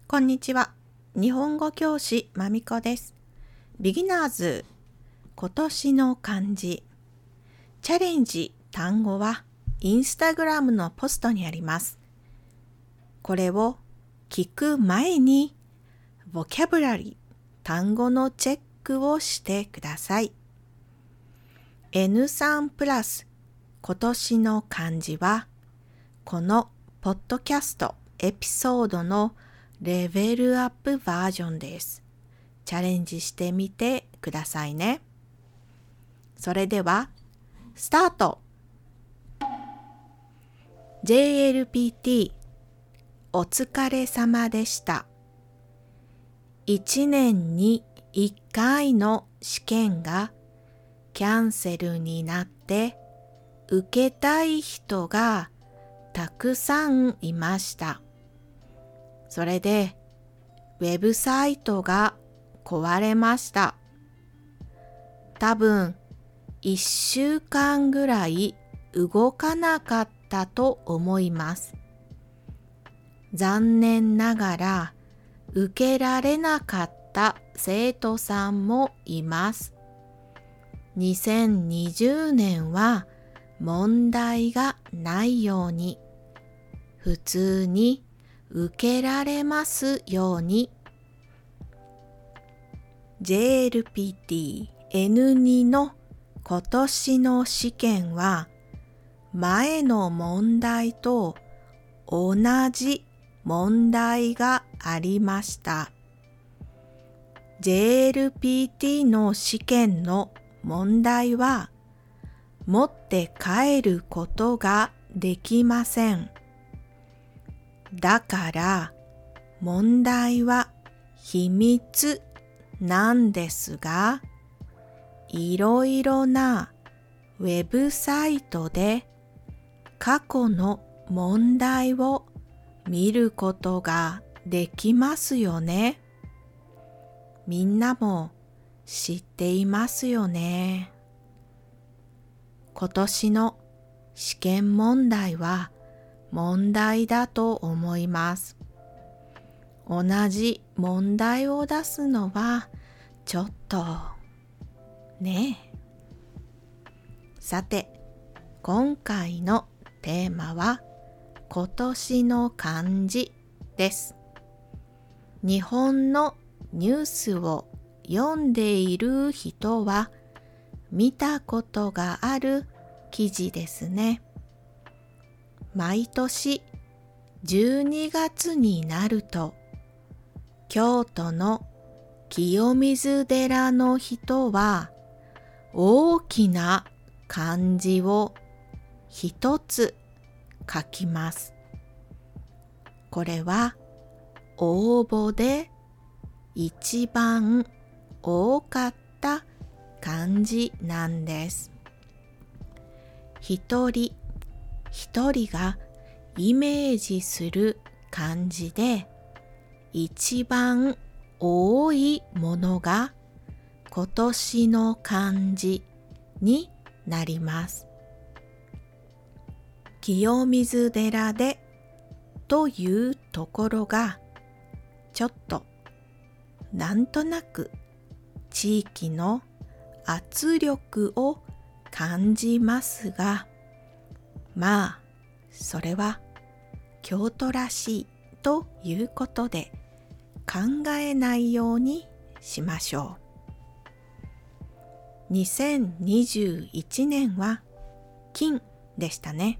こんにちは。日本語教師まみこです。ビギナーズ今年の漢字チャレンジ単語はインスタグラムのポストにあります。これを聞く前にボキャブラリー単語のチェックをしてください。N3 プラス今年の漢字はこのポッドキャストエピソードのレベルアップバージョンです。チャレンジしてみてくださいね。それでは、スタート。JLPT お疲れ様でした。1年に1回の試験がキャンセルになって受けたい人がたくさんいました。それでウェブサイトが壊れました。多分1週間ぐらい動かなかったと思います。残念ながら受けられなかった生徒さんもいます。2020年は問題がないように、普通に受けられますように。JLPT N2 の今年の試験は前の問題と同じ問題がありました。JLPT の試験の問題は持って帰ることができません。だから問題は秘密なんですが、いろいろなウェブサイトで過去の問題を見ることができますよね。みんなも知っていますよね。今年の試験問題は問題だと思います。同じ問題を出すのはちょっとねえ。さて、今回のテーマは今年の漢字です。日本のニュースを読んでいる人は見たことがある記事ですね。毎年12月になると京都の清水寺の人は大きな漢字を一つ書きます。これは応募で一番多かった漢字なんです。一人一人がイメージする漢字で一番多いものが今年の漢字になります。清水寺でというところがちょっとなんとなく地域の圧力を感じますが、まあそれは京都らしいということで考えないようにしましょう。2021年は金でしたね。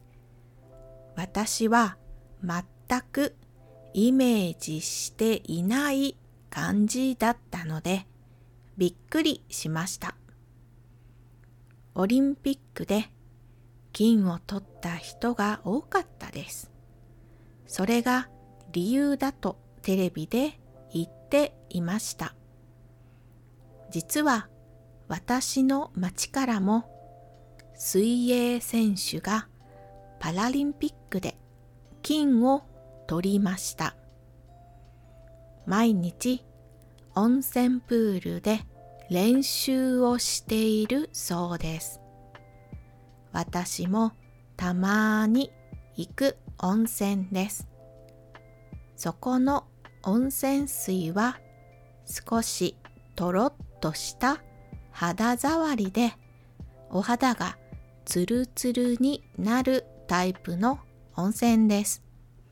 私は全くイメージしていない漢字だったのでびっくりしました。オリンピックで金を取った人が多かったです。それが理由だとテレビで言っていました。実は私の町からも水泳選手がパラリンピックで金を取りました。毎日温泉プールで練習をしているそうです。私もたまに行く温泉です。そこの温泉水は少しとろっとした肌触りでお肌がツルツルになるタイプの温泉です。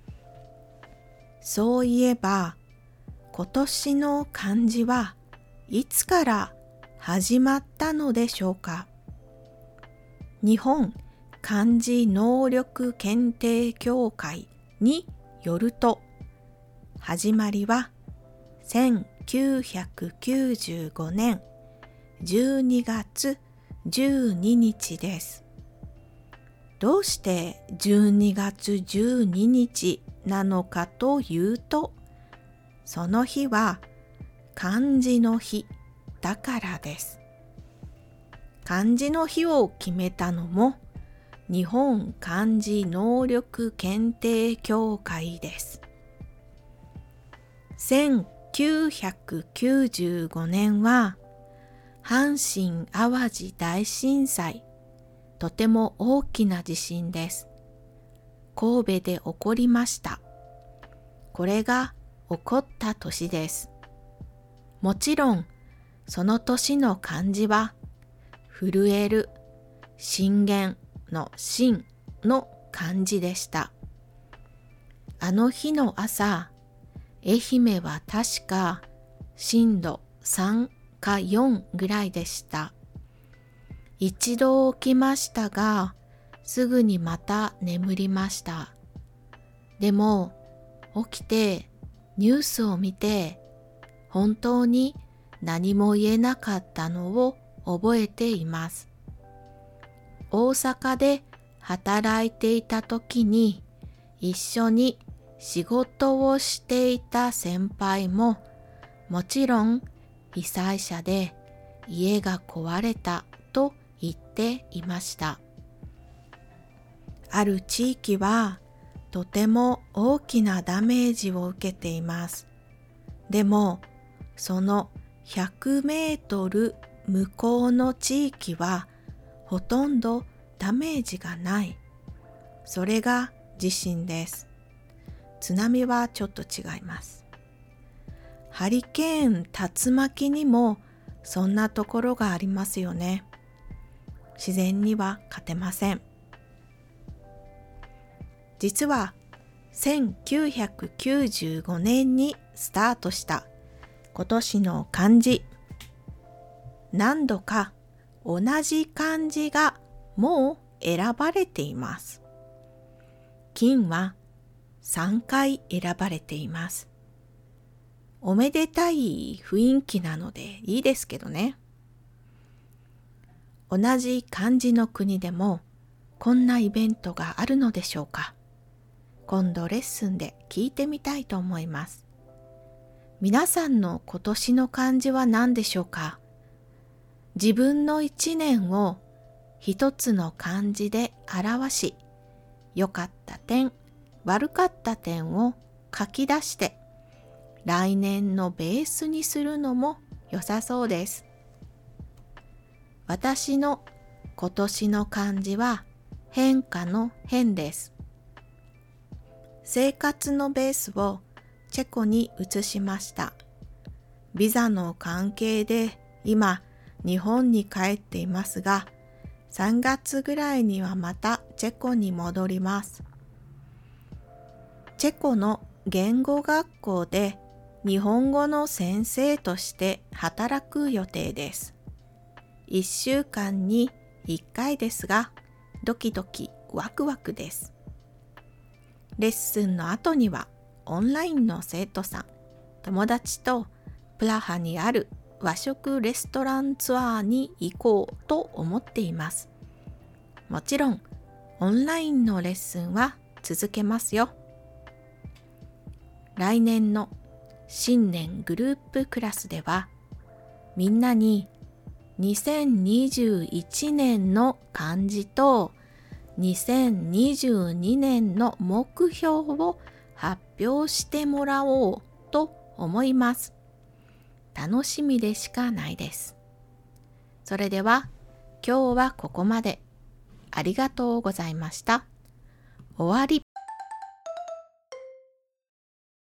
そういえば今年の漢字はいつから始まったのでしょうか。日本漢字能力検定協会によると、始まりは1995年12月12日です。どうして12月12日なのかというと、その日は漢字の日だからです。漢字の日を決めたのも日本漢字能力検定協会です。1995年は阪神・淡路大震災、とても大きな地震です。神戸で起こりました。これが起こった年です。もちろんその年の漢字は震える、震源の震の漢字でした。あの日の朝、愛媛は確か震度3か4ぐらいでした。一度起きましたが、すぐにまた眠りました。でも起きてニュースを見て、本当に何も言えなかったのを覚えています。大阪で働いていた時に一緒に仕事をしていた先輩ももちろん被災者で家が壊れたと言っていました。ある地域はとても大きなダメージを受けています。でもその100メートル向こうの地域はほとんどダメージがない。それが地震です。津波はちょっと違います。ハリケーン、竜巻にもそんなところがありますよね。自然には勝てません。実は1995年にスタートした今年の漢字、何度か同じ漢字がもう選ばれています。金は3回選ばれています。おめでたい雰囲気なのでいいですけどね。同じ漢字の国でもこんなイベントがあるのでしょうか。今度レッスンで聞いてみたいと思います。皆さんの今年の漢字は何でしょうか。自分の一年を一つの漢字で表し、良かった点、悪かった点を書き出して来年のベースにするのも良さそうです。私の今年の漢字は変化の変です。生活のベースをチェコに移しました。ビザの関係で今日本に帰っていますが、3月ぐらいにはまたチェコに戻ります。チェコの言語学校で日本語の先生として働く予定です。1週間に1回ですが、ドキドキワクワクです。レッスンの後にはオンラインの生徒さん、友達とプラハにある和食レストランツアーに行こうと思っています。もちろんオンラインのレッスンは続けますよ。来年の新年グループクラスではみんなに2021年の漢字と2022年の目標を発表してもらおうと思います。楽しみでしかないです。それでは今日はここまで。ありがとうございました。終わり。